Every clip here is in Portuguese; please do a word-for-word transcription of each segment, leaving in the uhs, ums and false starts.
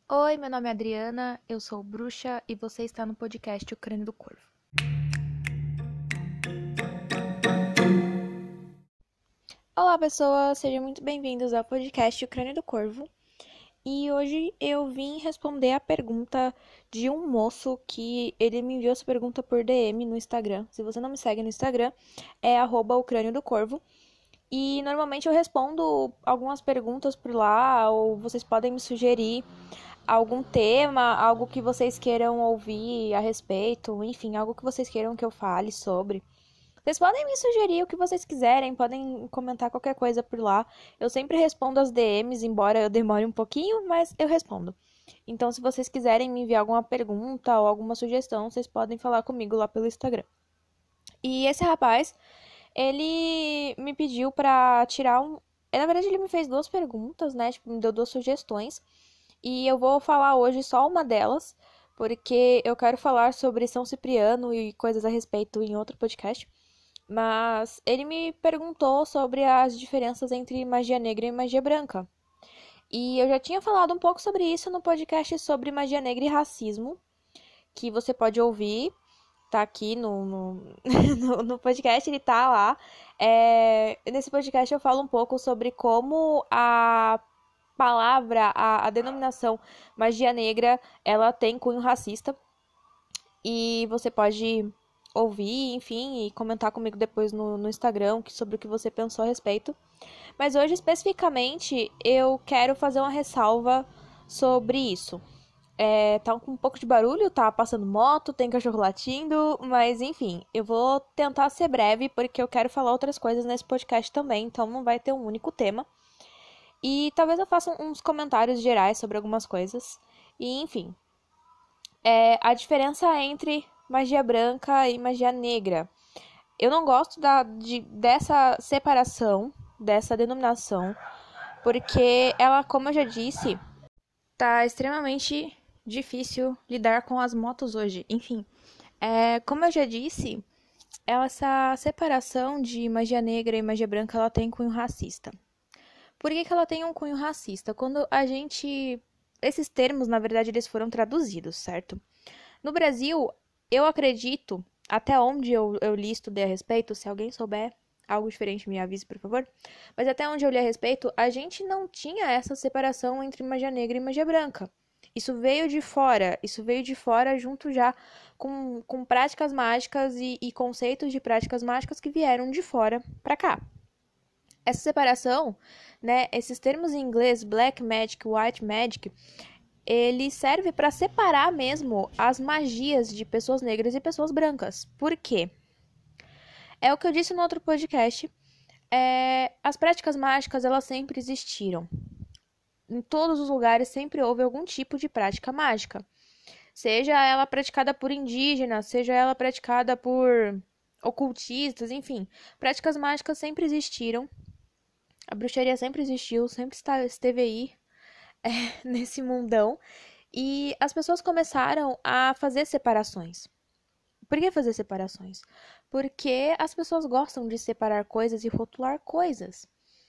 Oi, meu nome é Adriana, eu sou bruxa e você está no podcast O Crânio do Corvo. Olá, pessoas, sejam muito bem-vindos ao podcast O Crânio do Corvo. E hoje eu vim responder a pergunta de um moço que ele me enviou essa pergunta por D M no Instagram. Se você não me segue no Instagram, é arroba o crânio do corvo. E normalmente eu respondo algumas perguntas por lá, ou vocês podem me sugerir algum tema, algo que vocês queiram ouvir a respeito, enfim, algo que vocês queiram que eu fale sobre. Vocês podem me sugerir o que vocês quiserem, podem comentar qualquer coisa por lá. Eu sempre respondo as D Ms, embora eu demore um pouquinho, mas eu respondo. Então, se vocês quiserem me enviar alguma pergunta ou alguma sugestão, vocês podem falar comigo lá pelo Instagram. E esse rapaz, ele me pediu pra tirar um. Na verdade, ele me fez duas perguntas, né? Tipo, me deu duas sugestões. E eu vou falar hoje só uma delas, porque eu quero falar sobre São Cipriano e coisas a respeito em outro podcast. Mas ele me perguntou sobre as diferenças entre magia negra e magia branca. E eu já tinha falado um pouco sobre isso no podcast sobre magia negra e racismo, que você pode ouvir, tá aqui no, no, no, no podcast, ele tá lá. É, nesse podcast eu falo um pouco sobre como a palavra, a, a denominação magia negra, ela tem cunho racista. E você pode ouvir, enfim, e comentar comigo depois no, no Instagram sobre o que você pensou a respeito. Mas hoje, especificamente, eu quero fazer uma ressalva sobre isso. É, tá com um pouco de barulho, tá passando moto, tem cachorro latindo, mas enfim, eu vou tentar ser breve porque eu quero falar outras coisas nesse podcast também, então não vai ter um único tema. E talvez eu faça uns comentários gerais sobre algumas coisas. E enfim, é, a diferença entre magia branca e magia negra. Eu não gosto da, de, dessa separação, dessa denominação, porque ela, como eu já disse, tá extremamente difícil lidar com as motos hoje. Enfim, é, como eu já disse, essa separação de magia negra e magia branca ela tem cunho racista. Por que, que ela tem um cunho racista? Quando a gente. Esses termos, na verdade, eles foram traduzidos, certo? No Brasil, eu acredito, até onde eu, eu li e estudei a respeito, se alguém souber algo diferente, me avise, por favor. Mas até onde eu li a respeito, a gente não tinha essa separação entre magia negra e magia branca. Isso veio de fora, isso veio de fora junto já com, com práticas mágicas e, e conceitos de práticas mágicas que vieram de fora pra cá. Essa separação, né, esses termos em inglês, black magic, white magic, ele serve para separar mesmo as magias de pessoas negras e pessoas brancas. Por quê? É o que eu disse no outro podcast. É, as práticas mágicas, elas sempre existiram. Em todos os lugares sempre houve algum tipo de prática mágica. Seja ela praticada por indígenas, seja ela praticada por ocultistas, enfim. Práticas mágicas sempre existiram. A bruxaria sempre existiu, sempre esteve aí, é, nesse mundão. E as pessoas começaram a fazer separações. Por que fazer separações? Porque as pessoas gostam de separar coisas e rotular coisas.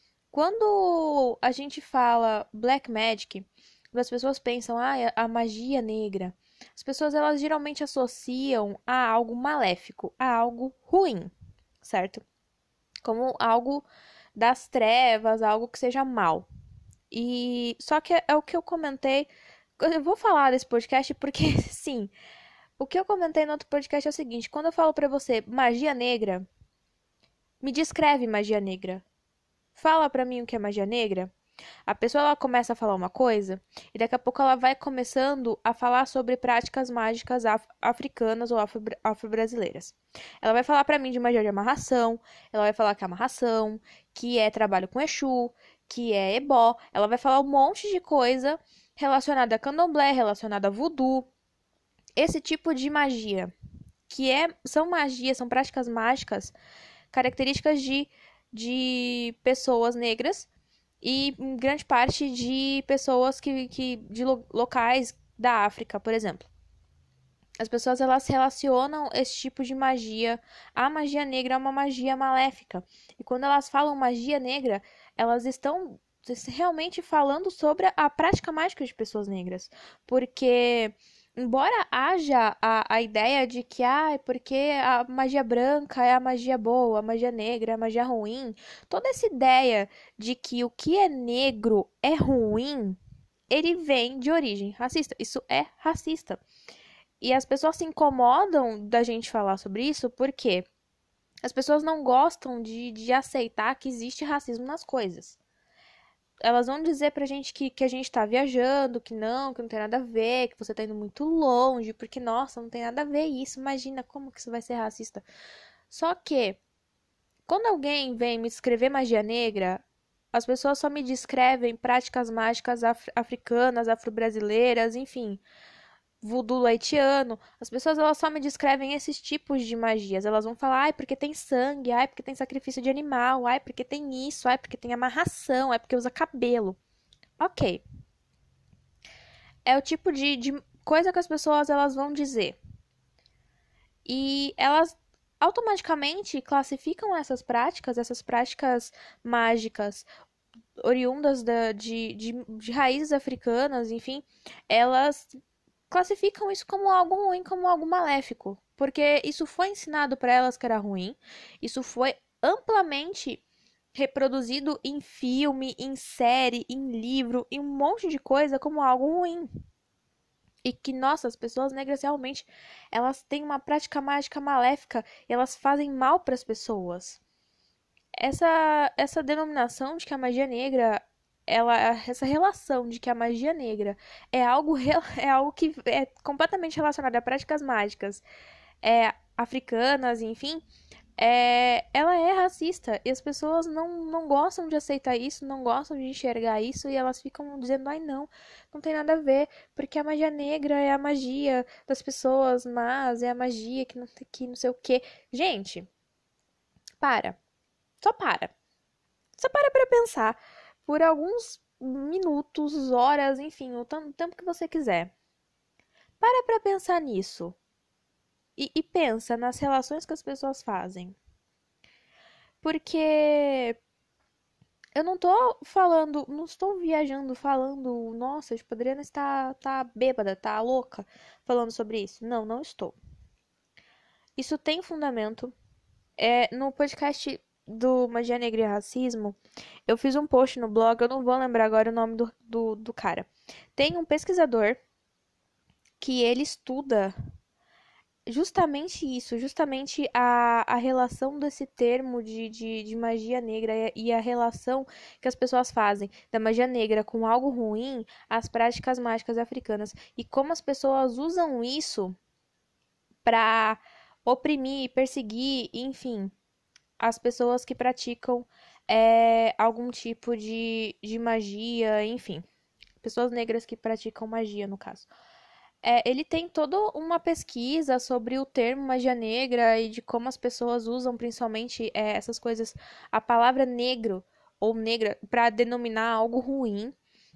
Quando a gente fala black magic, as pessoas pensam, ah, a magia negra. As pessoas elas geralmente associam a algo maléfico, a algo ruim, certo? Como algo das trevas, algo que seja mal. E só que é o que eu comentei. Eu vou falar desse podcast porque, sim, o que eu comentei no outro podcast é o seguinte: quando eu falo pra você magia negra, me descreve magia negra. Fala pra mim o que é magia negra. A pessoa ela começa a falar uma coisa e daqui a pouco ela vai começando a falar sobre práticas mágicas af africanas ou afro-brasileiras. Ela vai falar pra mim de magia de amarração, ela vai falar que é amarração, que é trabalho com Exu, que é ebó. Ela vai falar um monte de coisa relacionada a candomblé, relacionada a voodoo. Esse tipo de magia, que é, são magias, são práticas mágicas, características de, de pessoas negras e em grande parte de pessoas que, que de lo, locais da África, por exemplo. As pessoas elas relacionam esse tipo de magia à magia negra, a uma magia maléfica. E quando elas falam magia negra, elas estão realmente falando sobre a prática mágica de pessoas negras. Porque, embora haja a, a ideia de que, ah, é porque a magia branca é a magia boa, a magia negra é a magia ruim, toda essa ideia de que o que é negro é ruim, ele vem de origem racista. Isso é racista. E as pessoas se incomodam da gente falar sobre isso porque as pessoas não gostam de, de aceitar que existe racismo nas coisas. Elas vão dizer pra gente que, que a gente tá viajando, que não, que não tem nada a ver, que você tá indo muito longe, porque, nossa, não tem nada a ver isso. Imagina como que isso vai ser racista. Só que, quando alguém vem me descrever magia negra, as pessoas só me descrevem práticas mágicas af africanas, afro-brasileiras, enfim, voodoo haitiano. As pessoas elas só me descrevem esses tipos de magias. Elas vão falar, ai, porque tem sangue, ai, porque tem sacrifício de animal, ai, porque tem isso, ai, porque tem amarração, ai, porque usa cabelo. Ok. É o tipo de, de coisa que as pessoas elas vão dizer. E elas automaticamente classificam essas práticas, essas práticas mágicas oriundas da, de, de, de raízes africanas, enfim, elas classificam isso como algo ruim, como algo maléfico, porque isso foi ensinado para elas que era ruim, isso foi amplamente reproduzido em filme, em série, em livro, em um monte de coisa como algo ruim. E que, nossa, as pessoas negras realmente, elas têm uma prática mágica maléfica e elas fazem mal para as pessoas. Essa, essa denominação de que a magia negra, ela, essa relação de que a magia negra é algo, é algo que é completamente relacionado a práticas mágicas é, africanas, enfim, é, ela é racista e as pessoas não, não gostam de aceitar isso, não gostam de enxergar isso e elas ficam dizendo, ai não, não tem nada a ver, porque a magia negra é a magia das pessoas mas é a magia que não, que não sei o quê. Gente, para. Só para. Só para pra pensar por alguns minutos, horas, enfim, o tempo que você quiser. Para pra pensar nisso. E, e pensa nas relações que as pessoas fazem. Porque eu não tô falando, não estou viajando falando, nossa, tipo, a Adriana está tá bêbada, tá louca falando sobre isso. Não, não estou. Isso tem fundamento. É, no podcast do Magia Negra e Racismo, eu fiz um post no blog, eu não vou lembrar agora o nome do, do, do cara. Tem um pesquisador que ele estuda justamente isso, justamente a, a relação desse termo de, de, de magia negra e a relação que as pessoas fazem da magia negra com algo ruim às práticas mágicas africanas e como as pessoas usam isso para oprimir, perseguir, enfim, as pessoas que praticam é, algum tipo de, de magia, enfim, pessoas negras que praticam magia, no caso. É, ele tem toda uma pesquisa sobre o termo magia negra e de como as pessoas usam principalmente é, essas coisas, a palavra negro ou negra para denominar algo ruim.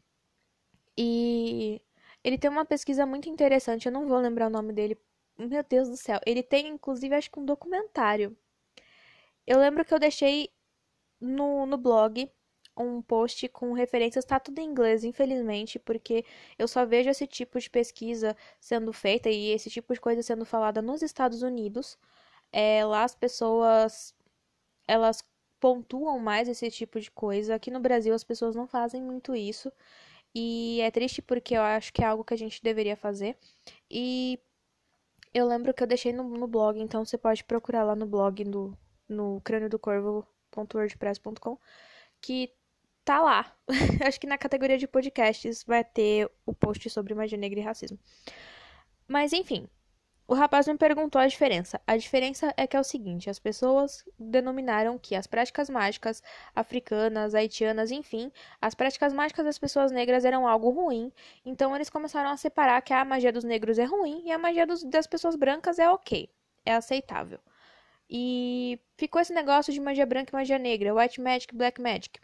E ele tem uma pesquisa muito interessante, eu não vou lembrar o nome dele. Meu Deus do céu. Ele tem, inclusive, acho que um documentário. Eu lembro que eu deixei no, no blog um post com referências, tá tudo em inglês, infelizmente, porque eu só vejo esse tipo de pesquisa sendo feita e esse tipo de coisa sendo falada nos Estados Unidos. É, lá as pessoas, elas pontuam mais esse tipo de coisa. Aqui no Brasil as pessoas não fazem muito isso. E é triste porque eu acho que é algo que a gente deveria fazer. E eu lembro que eu deixei no, no blog, então você pode procurar lá no blog do, no crânio do corvo ponto wordpress ponto com que tá lá. Acho que na categoria de podcasts vai ter o post sobre magia negra e racismo. Mas enfim, o rapaz me perguntou a diferença. A diferença é que é o seguinte: as pessoas denominaram que as práticas mágicas africanas, haitianas, enfim, as práticas mágicas das pessoas negras eram algo ruim. Então eles começaram a separar que a magia dos negros é ruim e a magia dos, das pessoas brancas é ok, é aceitável. E ficou esse negócio de magia branca e magia negra, white magic, black magic.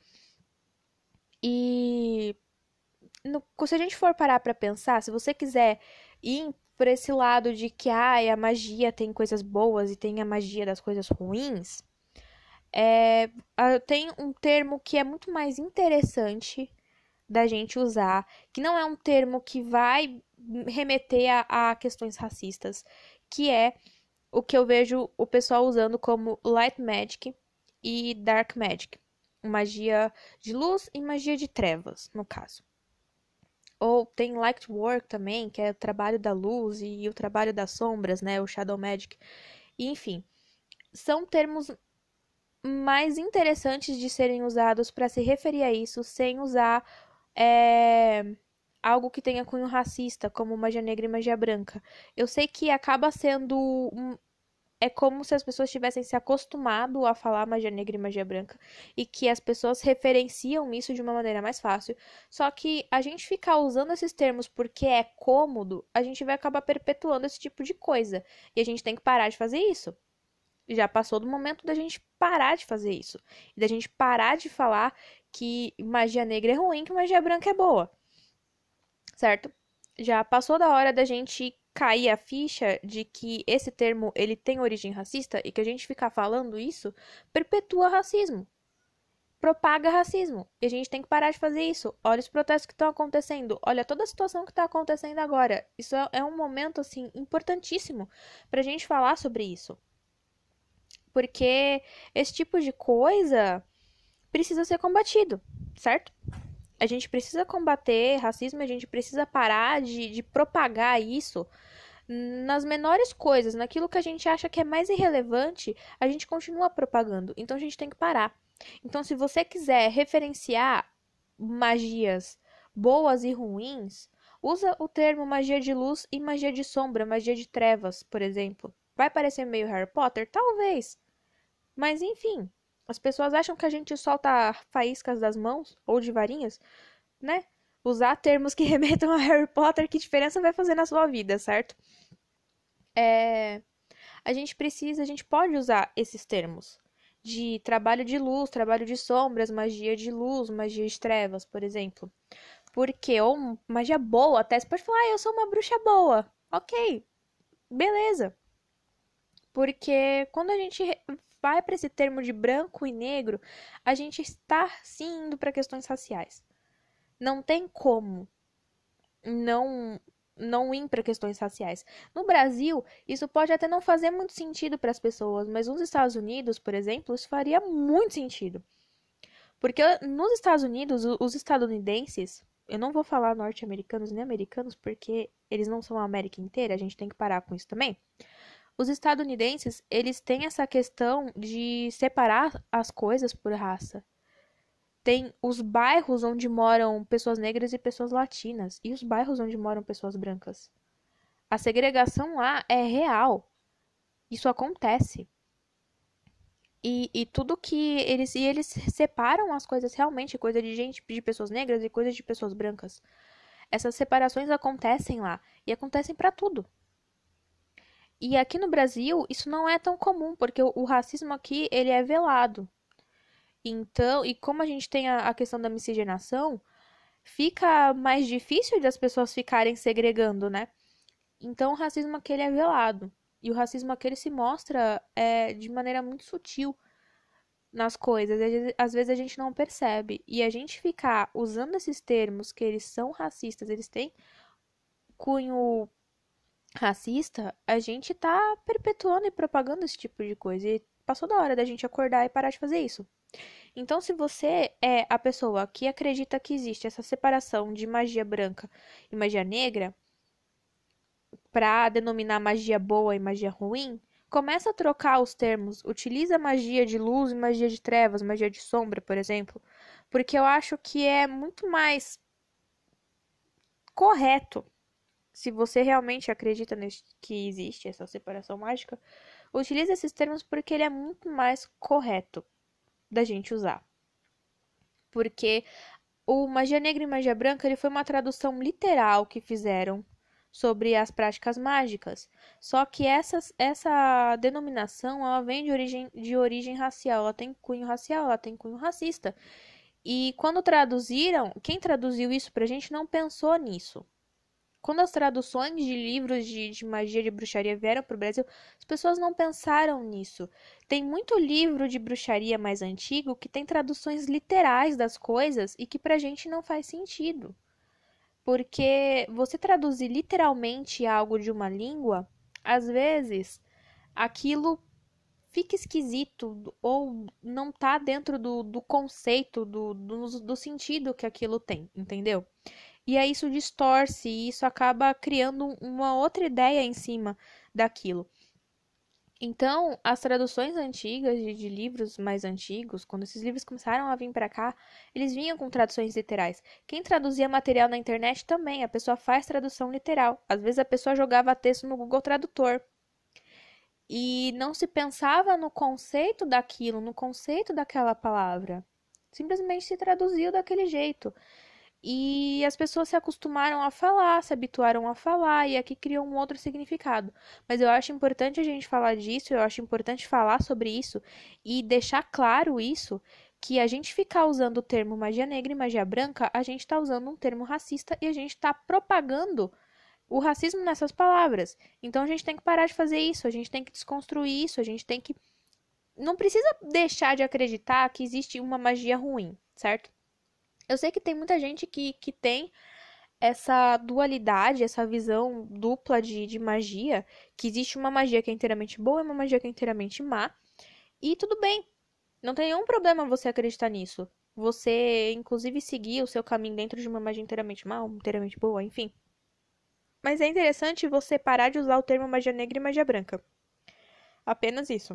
E no, se a gente for parar pra pensar, se você quiser ir por esse lado de que ai, a magia tem coisas boas e tem a magia das coisas ruins, É, ah, tem um termo que é muito mais interessante da gente usar, que não é um termo que vai remeter a, a questões racistas, que é o que eu vejo o pessoal usando como Light Magic e Dark Magic. Magia de luz e magia de trevas, no caso. Ou tem Light Work também, que é o trabalho da luz e o trabalho das sombras, né? O Shadow Magic. E, enfim, são termos mais interessantes de serem usados para se referir a isso sem usar é, algo que tenha cunho racista, como magia negra e magia branca. Eu sei que acaba sendo um, é como se as pessoas tivessem se acostumado a falar magia negra e magia branca e que as pessoas referenciam isso de uma maneira mais fácil. Só que a gente ficar usando esses termos porque é cômodo, a gente vai acabar perpetuando esse tipo de coisa. E a gente tem que parar de fazer isso. Já passou do momento da gente parar de fazer isso. E da gente parar de falar que magia negra é ruim, que magia branca é boa. Certo? Já passou da hora da gente cair a ficha de que esse termo ele tem origem racista e que a gente ficar falando isso perpetua racismo, propaga racismo. E a gente tem que parar de fazer isso. Olha os protestos que estão acontecendo, olha toda a situação que está acontecendo agora. Isso é, é um momento assim importantíssimo para a gente falar sobre isso, porque esse tipo de coisa precisa ser combatido, certo? A gente precisa combater racismo, a gente precisa parar de, de propagar isso nas menores coisas, naquilo que a gente acha que é mais irrelevante, a gente continua propagando. Então a gente tem que parar. Então, se você quiser referenciar magias boas e ruins, usa o termo magia de luz e magia de sombra, magia de trevas, por exemplo. Vai parecer meio Harry Potter? Talvez. Mas enfim, as pessoas acham que a gente solta faíscas das mãos ou de varinhas, né? Usar termos que remetam a Harry Potter, que diferença vai fazer na sua vida, certo? É, a gente precisa, a gente pode usar esses termos de trabalho de luz, trabalho de sombras, magia de luz, magia de trevas, por exemplo. Porque, ou magia boa, até você pode falar, ah, eu sou uma bruxa boa. Ok, beleza. Porque quando a gente vai para esse termo de branco e negro, a gente está sim indo para questões raciais. Não tem como não não ir para questões raciais. No Brasil, isso pode até não fazer muito sentido para as pessoas, mas nos Estados Unidos, por exemplo, isso faria muito sentido. Porque nos Estados Unidos, os estadunidenses, eu não vou falar norte-americanos nem americanos, porque eles não são a América inteira, a gente tem que parar com isso também. Os estadunidenses, eles têm essa questão de separar as coisas por raça. Tem os bairros onde moram pessoas negras e pessoas latinas, e os bairros onde moram pessoas brancas. A segregação lá é real. Isso acontece. E, e tudo que eles. E eles separam as coisas realmente, coisa de gente, de pessoas negras e coisa de pessoas brancas. Essas separações acontecem lá. E acontecem para tudo. E aqui no Brasil, isso não é tão comum, porque o, o racismo aqui, ele é velado. Então, e como a gente tem a, a questão da miscigenação, fica mais difícil das pessoas ficarem segregando, né? Então, o racismo aquele é velado. E o racismo aquele se mostra é, de maneira muito sutil nas coisas. E, às vezes a gente não percebe. E a gente ficar usando esses termos que eles são racistas, eles têm cunho racista, a gente tá perpetuando e propagando esse tipo de coisa. E passou da hora da gente acordar e parar de fazer isso. Então, se você é a pessoa que acredita que existe essa separação de magia branca e magia negra, para denominar magia boa e magia ruim, começa a trocar os termos. Utiliza magia de luz e magia de trevas, magia de sombra, por exemplo, porque eu acho que é muito mais correto. Se você realmente acredita que existe essa separação mágica, utilize esses termos porque ele é muito mais correto da gente usar. Porque o magia negra e magia branca ele foi uma tradução literal que fizeram sobre as práticas mágicas. Só que essa, essa denominação ela vem de origem, de origem racial, ela tem cunho racial, ela tem cunho racista. E quando traduziram, quem traduziu isso pra gente não pensou nisso. quando as traduções de livros de, de magia de bruxaria vieram para o Brasil, as pessoas não pensaram nisso. Tem muito livro de bruxaria mais antigo que tem traduções literais das coisas e que pra gente não faz sentido. Porque você traduzir literalmente algo de uma língua, às vezes aquilo fica esquisito ou não tá dentro do, do conceito, do, do, do sentido que aquilo tem, entendeu? E aí isso distorce e isso acaba criando uma outra ideia em cima daquilo. Então, as traduções antigas de, de livros mais antigos, quando esses livros começaram a vir para cá, eles vinham com traduções literais. Quem traduzia material na internet também, a pessoa faz tradução literal. Às vezes a pessoa jogava texto no Google Tradutor e não se pensava no conceito daquilo, no conceito daquela palavra. Simplesmente se traduziu daquele jeito. E as pessoas se acostumaram a falar, se habituaram a falar, e aqui criou um outro significado. Mas eu acho importante a gente falar disso, eu acho importante falar sobre isso e deixar claro isso, que a gente ficar usando o termo magia negra e magia branca, a gente está usando um termo racista e a gente está propagando o racismo nessas palavras. Então a gente tem que parar de fazer isso, a gente tem que desconstruir isso, a gente tem que. Não precisa deixar de acreditar que existe uma magia ruim, certo? Eu sei que tem muita gente que, que tem essa dualidade, essa visão dupla de, de magia, que existe uma magia que é inteiramente boa e uma magia que é inteiramente má. E tudo bem, não tem nenhum problema você acreditar nisso. Você, inclusive, seguir o seu caminho dentro de uma magia inteiramente má, ou inteiramente boa, enfim. Mas é interessante você parar de usar o termo magia negra e magia branca. Apenas isso.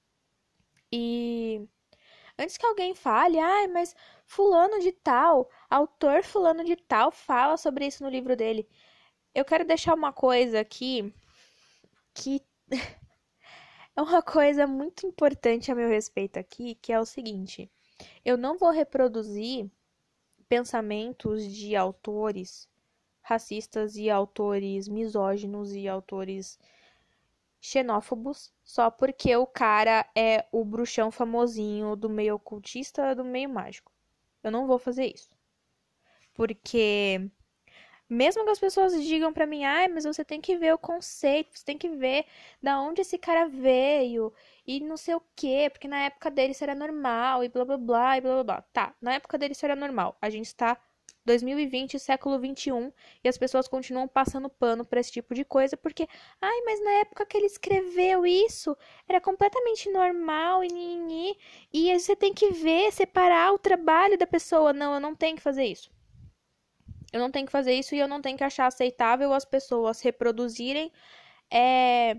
E antes que alguém fale, ai, mas fulano de tal, autor fulano de tal fala sobre isso no livro dele. Eu quero deixar uma coisa aqui que é uma coisa muito importante a meu respeito aqui, que é o seguinte: eu não vou reproduzir pensamentos de autores racistas e autores misóginos e autores xenófobos só porque o cara é o bruxão famosinho do meio ocultista, do meio mágico. Eu não vou fazer isso. Porque mesmo que as pessoas digam pra mim, ai, mas você tem que ver o conceito, você tem que ver da onde esse cara veio e não sei o quê, porque na época dele isso era normal e blá blá blá e blá blá blá. Tá, na época dele isso era normal. A gente está dois mil e vinte, século vinte e um, e as pessoas continuam passando pano pra esse tipo de coisa, porque, ai, mas na época que ele escreveu isso, era completamente normal e nini, e aí você tem que ver, separar o trabalho da pessoa. Não, eu não tenho que fazer isso. Eu não tenho que fazer isso e eu não tenho que achar aceitável as pessoas reproduzirem é,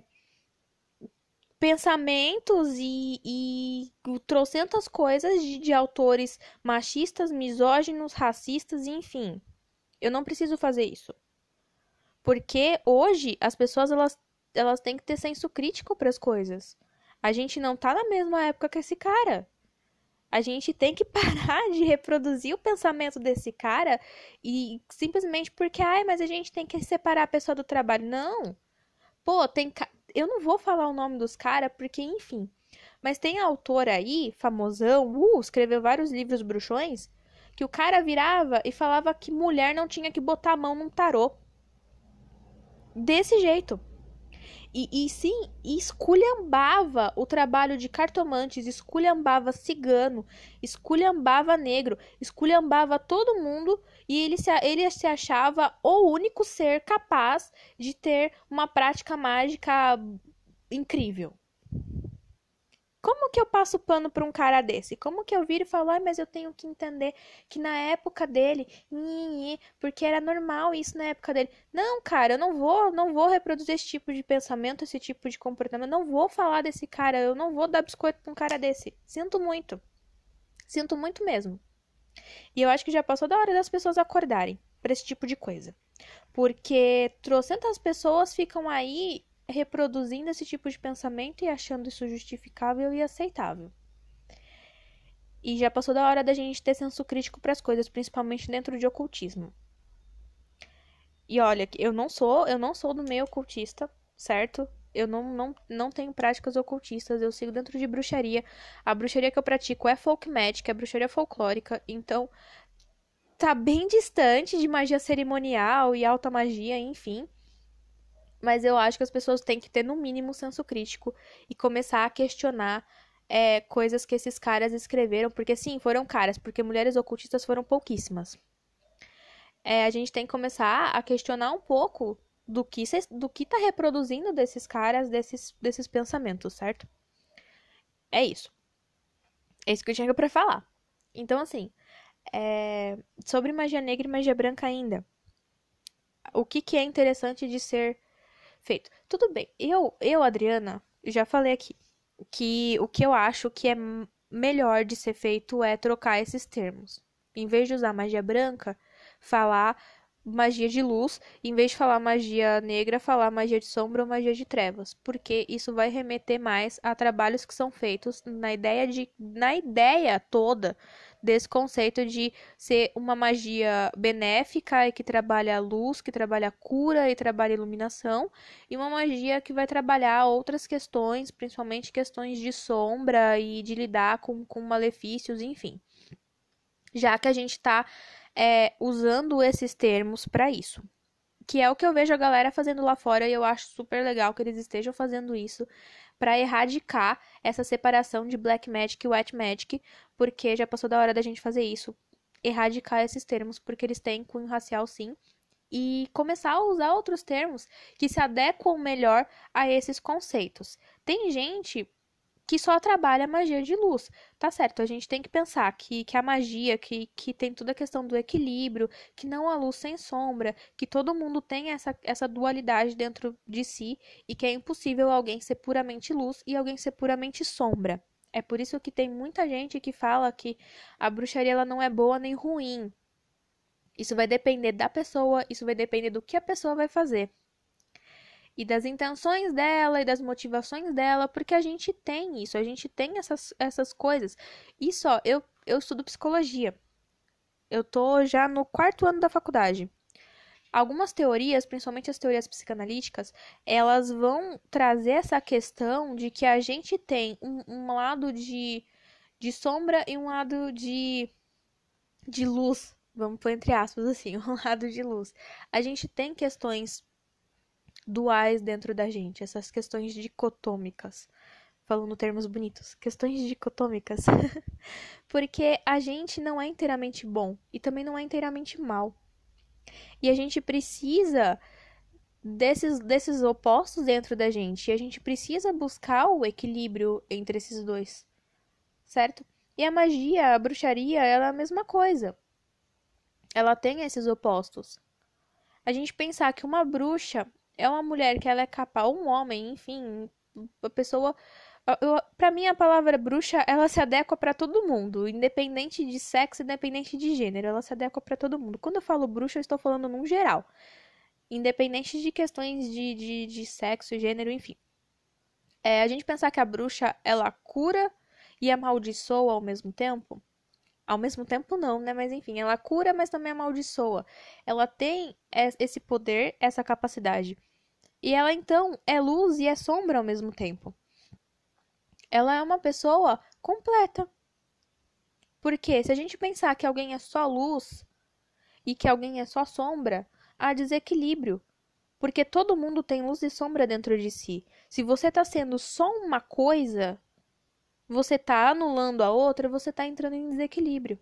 pensamentos e, e trocentas coisas de, de autores machistas, misóginos, racistas, enfim. Eu não preciso fazer isso. Porque hoje as pessoas elas, elas têm que ter senso crítico para as coisas. A gente não tá na mesma época que esse cara. A gente tem que parar de reproduzir o pensamento desse cara e simplesmente porque, ai, mas a gente tem que separar a pessoa do trabalho. Não. Pô, tem. Ca... Eu não vou falar o nome dos caras porque, enfim. Mas tem autor aí, famosão, uh, escreveu vários livros bruxões, que o cara virava e falava que mulher não tinha que botar a mão num tarô. Desse jeito. E, e sim, esculhambava o trabalho de cartomantes, esculhambava cigano, esculhambava negro, esculhambava todo mundo e ele se, ele se achava o único ser capaz de ter uma prática mágica incrível. Como que eu passo pano pra um cara desse? Como que eu viro e falo, ai, mas eu tenho que entender que na época dele, nhi, porque era normal isso na época dele. Não, cara, eu não vou, não vou reproduzir esse tipo de pensamento, esse tipo de comportamento. Eu não vou falar desse cara, eu não vou dar biscoito pra um cara desse. Sinto muito. Sinto muito mesmo. E eu acho que já passou da hora das pessoas acordarem pra esse tipo de coisa. Porque trocentas pessoas ficam aí reproduzindo esse tipo de pensamento e achando isso justificável e aceitável. E já passou da hora da gente ter senso crítico para as coisas, principalmente dentro de ocultismo. E olha, eu não sou, eu não sou do meio ocultista, certo? Eu não, não, não tenho práticas ocultistas, eu sigo dentro de bruxaria. A bruxaria que eu pratico é folk magic, é bruxaria folclórica, então tá bem distante de magia cerimonial e alta magia, enfim. Mas eu acho que as pessoas têm que ter, no mínimo, senso crítico e começar a questionar é, coisas que esses caras escreveram, porque sim, foram caras, porque mulheres ocultistas foram pouquíssimas. É, a gente tem que começar a questionar um pouco do que, cês- do que tá reproduzindo desses caras, desses, desses pensamentos, certo? É isso. É isso que eu tinha pra falar. Então, assim, é, sobre magia negra e magia branca ainda. O que, que é interessante de ser feito? Tudo bem, eu, eu, Adriana, já falei aqui que o que eu acho que é m- melhor de ser feito é trocar esses termos. Em vez de usar magia branca, falar magia de luz, em vez de falar magia negra, falar magia de sombra ou magia de trevas, porque isso vai remeter mais a trabalhos que são feitos na ideia de na ideia toda desse conceito de ser uma magia benéfica e que trabalha a luz, que trabalha a cura e trabalha a iluminação, e uma magia que vai trabalhar outras questões, principalmente questões de sombra e de lidar com, com malefícios, enfim. Já que a gente está é, usando esses termos para isso. Que é o que eu vejo a galera fazendo lá fora e eu acho super legal que eles estejam fazendo isso para erradicar essa separação de Black Magic e White Magic, porque já passou da hora da gente fazer isso. Erradicar esses termos, porque eles têm cunho racial sim, e começar a usar outros termos que se adequam melhor a esses conceitos. Tem gente que só trabalha a magia de luz. Tá certo, a gente tem que pensar que, que a magia, que, que tem toda a questão do equilíbrio, que não há luz sem sombra, que todo mundo tem essa, essa dualidade dentro de si e que é impossível alguém ser puramente luz e alguém ser puramente sombra. É por isso que tem muita gente que fala que a bruxaria ela não é boa nem ruim. Isso vai depender da pessoa, isso vai depender do que a pessoa vai fazer. E das intenções dela e das motivações dela, porque a gente tem isso, a gente tem essas, essas coisas. E só, eu, eu estudo psicologia. Eu tô já no quarto ano da faculdade. Algumas teorias, principalmente as teorias psicanalíticas, elas vão trazer essa questão de que a gente tem um, um lado de, de sombra e um lado de, de luz. Vamos pôr entre aspas assim, um lado de luz. A gente tem questões duais dentro da gente, essas questões dicotômicas. Falando termos bonitos, questões dicotômicas. Porque a gente não é inteiramente bom e também não é inteiramente mal. E a gente precisa desses, desses opostos dentro da gente. E a gente precisa buscar o equilíbrio entre esses dois, certo? E a magia, a bruxaria, ela é a mesma coisa. Ela tem esses opostos. A gente pensar que uma bruxa é uma mulher que ela é capaz, um homem, enfim, a pessoa. Eu, pra mim, a palavra bruxa, ela se adequa pra todo mundo, independente de sexo, independente de gênero, ela se adequa pra todo mundo. Quando eu falo bruxa, eu estou falando num geral, independente de questões de, de, de sexo, gênero, enfim. É, a gente pensar que a bruxa, ela cura e amaldiçoa ao mesmo tempo, ao mesmo tempo não, né? Mas enfim, ela cura, mas também amaldiçoa. Ela tem esse poder, essa capacidade. E ela então é luz e é sombra ao mesmo tempo. Ela é uma pessoa completa. Porque se a gente pensar que alguém é só luz e que alguém é só sombra, há desequilíbrio. Porque todo mundo tem luz e sombra dentro de si. Se você está sendo só uma coisa, você está anulando a outra, você está entrando em desequilíbrio.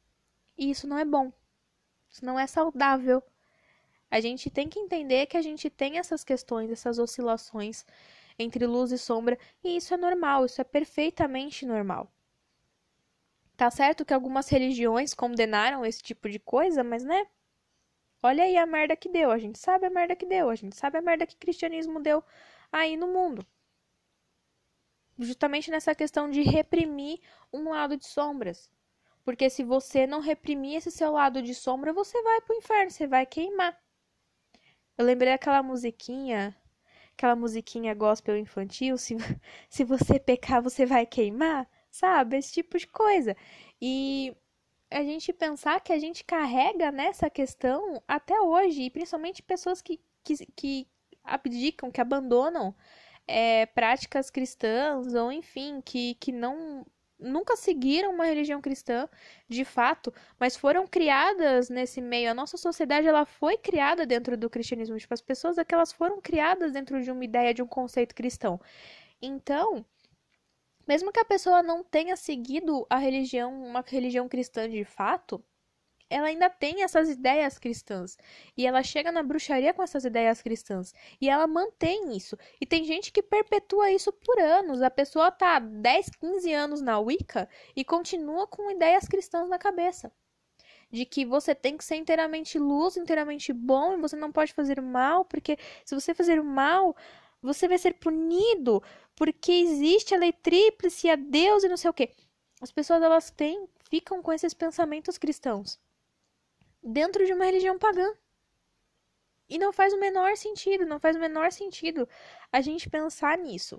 E isso não é bom. Isso não é saudável. A gente tem que entender que a gente tem essas questões, essas oscilações entre luz e sombra, e isso é normal, isso é perfeitamente normal. Tá certo que algumas religiões condenaram esse tipo de coisa, mas né? Olha aí a merda que deu, a gente sabe a merda que deu, a gente sabe a merda que o cristianismo deu aí no mundo. Justamente nessa questão de reprimir um lado de sombras. Porque se você não reprimir esse seu lado de sombra, você vai pro inferno, você vai queimar. Eu lembrei daquela musiquinha, aquela musiquinha gospel infantil, se, se você pecar, você vai queimar, sabe? Esse tipo de coisa. E a gente pensar que a gente carrega nessa questão até hoje, e principalmente pessoas que, que, que abdicam, que abandonam é, práticas cristãs, ou enfim, que, que não. nunca seguiram uma religião cristã, de fato, mas foram criadas nesse meio. A nossa sociedade, ela foi criada dentro do cristianismo. Tipo, as pessoas aqui, elas foram criadas dentro de uma ideia, de um conceito cristão. Então, mesmo que a pessoa não tenha seguido a religião, uma religião cristã de fato, ela ainda tem essas ideias cristãs. E ela chega na bruxaria com essas ideias cristãs. E ela mantém isso. E tem gente que perpetua isso por anos. A pessoa tá dez, quinze anos na Wicca e continua com ideias cristãs na cabeça. De que você tem que ser inteiramente luz, inteiramente bom, e você não pode fazer o mal, porque se você fazer o mal, você vai ser punido, porque existe a lei tríplice, a Deus e não sei o quê. As pessoas, elas têm, ficam com esses pensamentos cristãos dentro de uma religião pagã. E não faz o menor sentido, não faz o menor sentido a gente pensar nisso.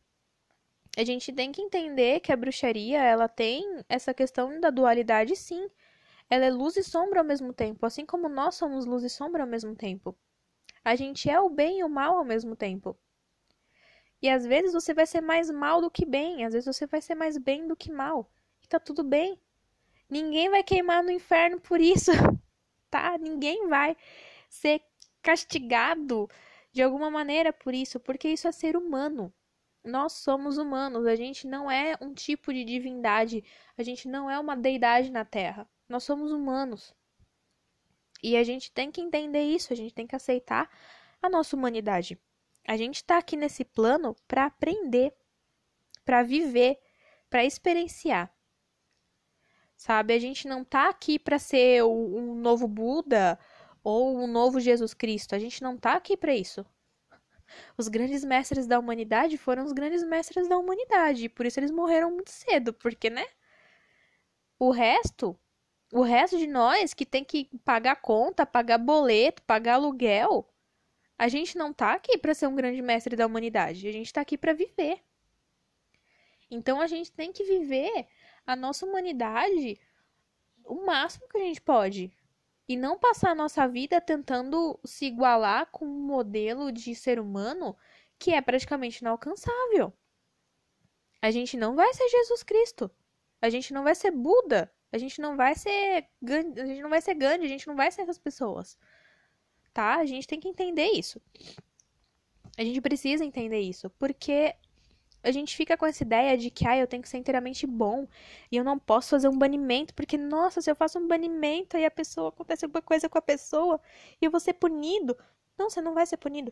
A gente tem que entender que a bruxaria, ela tem essa questão da dualidade, sim. Ela é luz e sombra ao mesmo tempo, assim como nós somos luz e sombra ao mesmo tempo. A gente é o bem e o mal ao mesmo tempo. E às vezes você vai ser mais mal do que bem, às vezes você vai ser mais bem do que mal. E tá tudo bem. Ninguém vai queimar no inferno por isso. Tá? Ninguém vai ser castigado de alguma maneira por isso, porque isso é ser humano. Nós somos humanos, a gente não é um tipo de divindade, a gente não é uma deidade na Terra. Nós somos humanos. E a gente tem que entender isso, a gente tem que aceitar a nossa humanidade. A gente está aqui nesse plano para aprender, para viver, para experienciar. Sabe? A gente não tá aqui para ser um novo Buda ou um novo Jesus Cristo. A gente não tá aqui para isso. Os grandes mestres da humanidade foram os grandes mestres da humanidade. Por isso eles morreram muito cedo, porque, né? O resto, o resto de nós que tem que pagar conta, pagar boleto, pagar aluguel, a gente não tá aqui para ser um grande mestre da humanidade. A gente tá aqui para viver. Então a gente tem que viver a nossa humanidade o máximo que a gente pode. E não passar a nossa vida tentando se igualar com um modelo de ser humano que é praticamente inalcançável. A gente não vai ser Jesus Cristo. A gente não vai ser Buda. A gente não vai ser Gandhi, a gente não vai ser Gandhi, a gente não vai ser essas pessoas. Tá? A gente tem que entender isso. A gente precisa entender isso, porque a gente fica com essa ideia de que, ah, eu tenho que ser inteiramente bom e eu não posso fazer um banimento, porque, nossa, se eu faço um banimento e a pessoa, acontece alguma coisa com a pessoa e eu vou ser punido. Não, você não vai ser punido.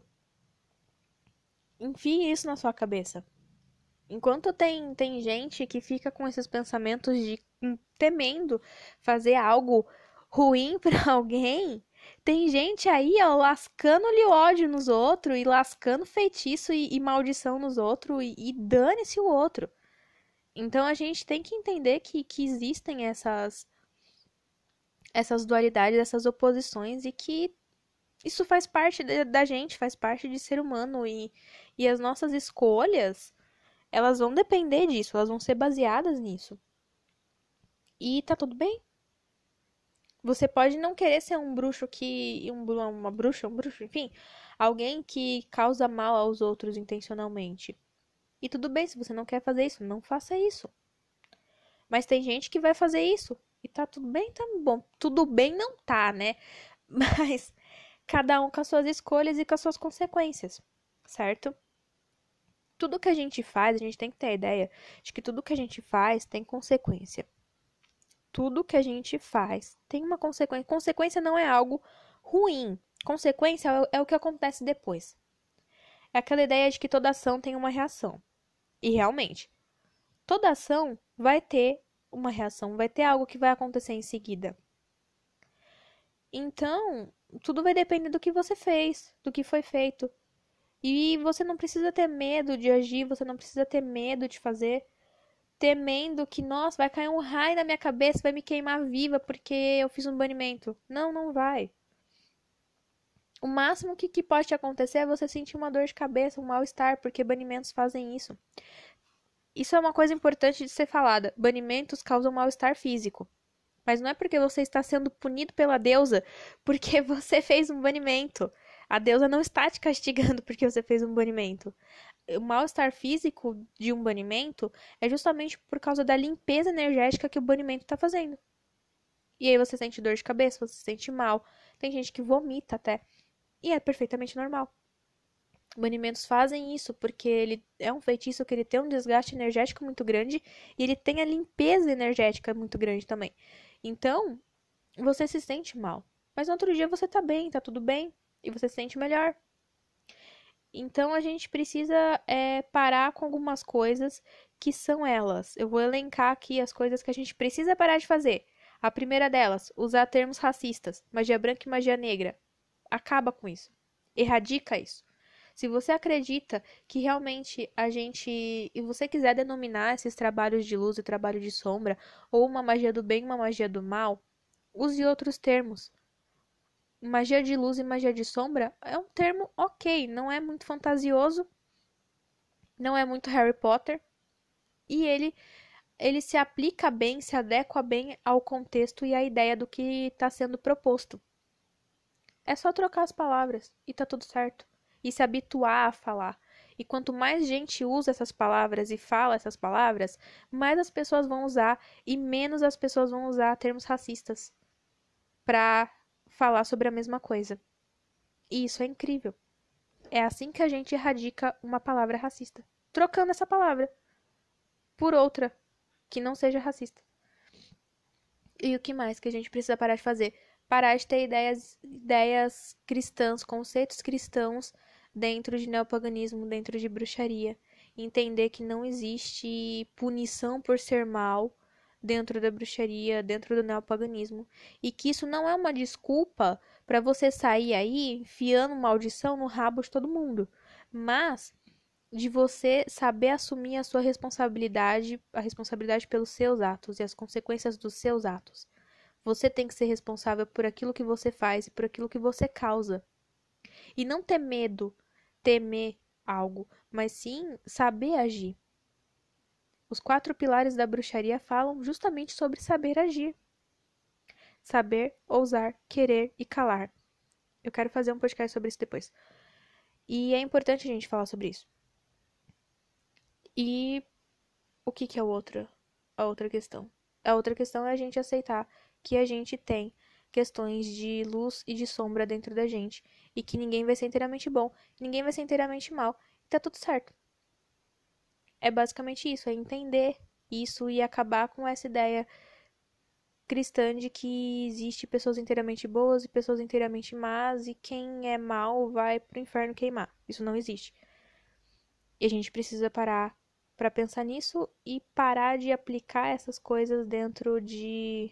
Enfie isso na sua cabeça. Enquanto tem, tem gente que fica com esses pensamentos de hum, temendo fazer algo ruim pra alguém, tem gente aí, ó, lascando-lhe ódio nos outros e lascando feitiço e, e maldição nos outros e, e dane-se o outro. Então a gente tem que entender que, que existem essas, essas dualidades, essas oposições e que isso faz parte de- da gente, faz parte de ser humano e, e as nossas escolhas, elas vão depender disso, elas vão ser baseadas nisso. E tá tudo bem. Você pode não querer ser um bruxo que. Um, uma bruxa, um bruxo, enfim. Alguém que causa mal aos outros intencionalmente. E tudo bem, se você não quer fazer isso, não faça isso. Mas tem gente que vai fazer isso. E tá tudo bem, tá bom. Tudo bem não tá, né? Mas cada um com as suas escolhas e com as suas consequências, certo? Tudo que a gente faz, a gente tem que ter a ideia de que tudo que a gente faz tem consequência. Tudo que a gente faz tem uma consequência. Consequência não é algo ruim. Consequência é o que acontece depois. É aquela ideia de que toda ação tem uma reação. E realmente, toda ação vai ter uma reação, vai ter algo que vai acontecer em seguida. Então, tudo vai depender do que você fez, do que foi feito. E você não precisa ter medo de agir, você não precisa ter medo de fazer, temendo que, nossa, vai cair um raio na minha cabeça, vai me queimar viva porque eu fiz um banimento. Não, não vai. O máximo que, que pode te acontecer é você sentir uma dor de cabeça, um mal-estar, porque banimentos fazem isso. Isso é uma coisa importante de ser falada. Banimentos causam mal-estar físico. Mas não é porque você está sendo punido pela deusa porque você fez um banimento. A deusa não está te castigando porque você fez um banimento. o mal-estar físico de um banimento é justamente por causa da limpeza energética que o banimento tá fazendo. E aí você sente dor de cabeça, você se sente mal. Tem gente que vomita até. E é perfeitamente normal. Banimentos fazem isso porque ele é um feitiço que ele tem um desgaste energético muito grande e ele tem a limpeza energética muito grande também. Então, você se sente mal. Mas no outro dia você tá bem, tá tudo bem e você se sente melhor. Então a gente precisa é, parar com algumas coisas que são elas. Eu vou elencar aqui as coisas que a gente precisa parar de fazer. A primeira delas, usar termos racistas, magia branca e magia negra. Acaba com isso. Erradica isso. Se você acredita que realmente a gente. E você quiser denominar esses trabalhos de luz e trabalho de sombra, ou uma magia do bem e uma magia do mal, use outros termos. Magia de luz e magia de sombra é um termo ok, não é muito fantasioso, não é muito Harry Potter, e ele, ele se aplica bem, se adequa bem ao contexto e à ideia do que está sendo proposto. É só trocar as palavras e tá tudo certo. E se habituar a falar. E quanto mais gente usa essas palavras e fala essas palavras, mais as pessoas vão usar e menos as pessoas vão usar termos racistas para falar sobre a mesma coisa. E isso é incrível. É assim que a gente erradica uma palavra racista. Trocando essa palavra por outra que não seja racista. E o que mais que a gente precisa parar de fazer? Parar de ter ideias, ideias cristãs, conceitos cristãos dentro de neopaganismo, dentro de bruxaria. Entender que não existe punição por ser mal dentro da bruxaria, dentro do neopaganismo. E que isso não é uma desculpa para você sair aí enfiando maldição no rabo de todo mundo. Mas de você saber assumir a sua responsabilidade, a responsabilidade pelos seus atos e as consequências dos seus atos. Você tem que ser responsável por aquilo que você faz e por aquilo que você causa. E não ter medo, temer algo, mas sim saber agir. Os quatro pilares da bruxaria falam justamente sobre saber agir. Saber, ousar, querer e calar. Eu quero fazer um podcast sobre isso depois. E é importante a gente falar sobre isso. E o que, que é a outra, a outra questão? A outra questão é a gente aceitar que a gente tem questões de luz e de sombra dentro da gente. E que ninguém vai ser inteiramente bom, ninguém vai ser inteiramente mal. E tá tudo certo. É basicamente isso, é entender isso e acabar com essa ideia cristã de que existe pessoas inteiramente boas e pessoas inteiramente más e quem é mal vai pro inferno queimar. Isso não existe. E a gente precisa parar para pensar nisso e parar de aplicar essas coisas dentro de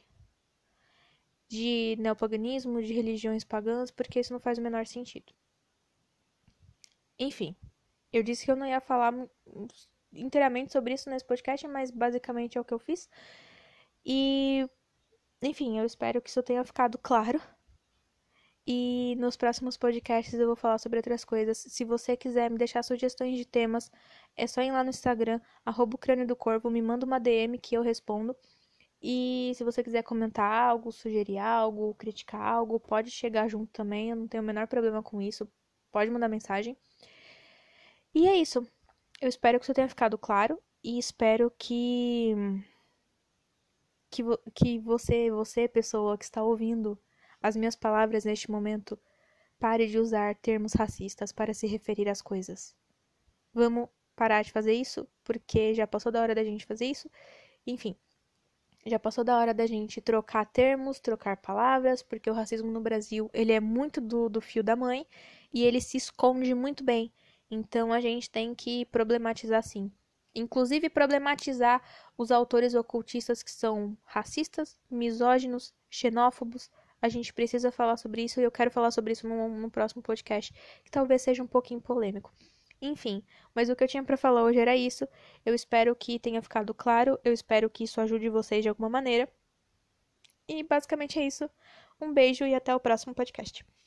de neopaganismo, de religiões pagãs, porque isso não faz o menor sentido. Enfim, eu disse que eu não ia falar inteiramente sobre isso nesse podcast, mas basicamente é o que eu fiz. E, enfim, eu espero que isso tenha ficado claro. E nos próximos podcasts eu vou falar sobre outras coisas. Se você quiser me deixar sugestões de temas, é só ir lá no Instagram, arroba o crânio do corvo, me manda uma D M que eu respondo. E se você quiser comentar algo, sugerir algo, criticar algo, pode chegar junto também, eu não tenho o menor problema com isso. Pode mandar mensagem. E é isso. Eu espero que isso tenha ficado claro e espero que que, que você, você, pessoa que está ouvindo as minhas palavras neste momento, pare de usar termos racistas para se referir às coisas. Vamos parar de fazer isso, porque já passou da hora da gente fazer isso. Enfim, já passou da hora da gente trocar termos, trocar palavras, porque o racismo no Brasil, ele é muito do, do fio da mãe e ele se esconde muito bem. Então a gente tem que problematizar sim. Inclusive problematizar os autores ocultistas que são racistas, misóginos, xenófobos. A gente precisa falar sobre isso e eu quero falar sobre isso no, no próximo podcast, que talvez seja um pouquinho polêmico. Enfim, mas o que eu tinha pra falar hoje era isso. Eu espero que tenha ficado claro, eu espero que isso ajude vocês de alguma maneira. E basicamente é isso. Um beijo e até o próximo podcast.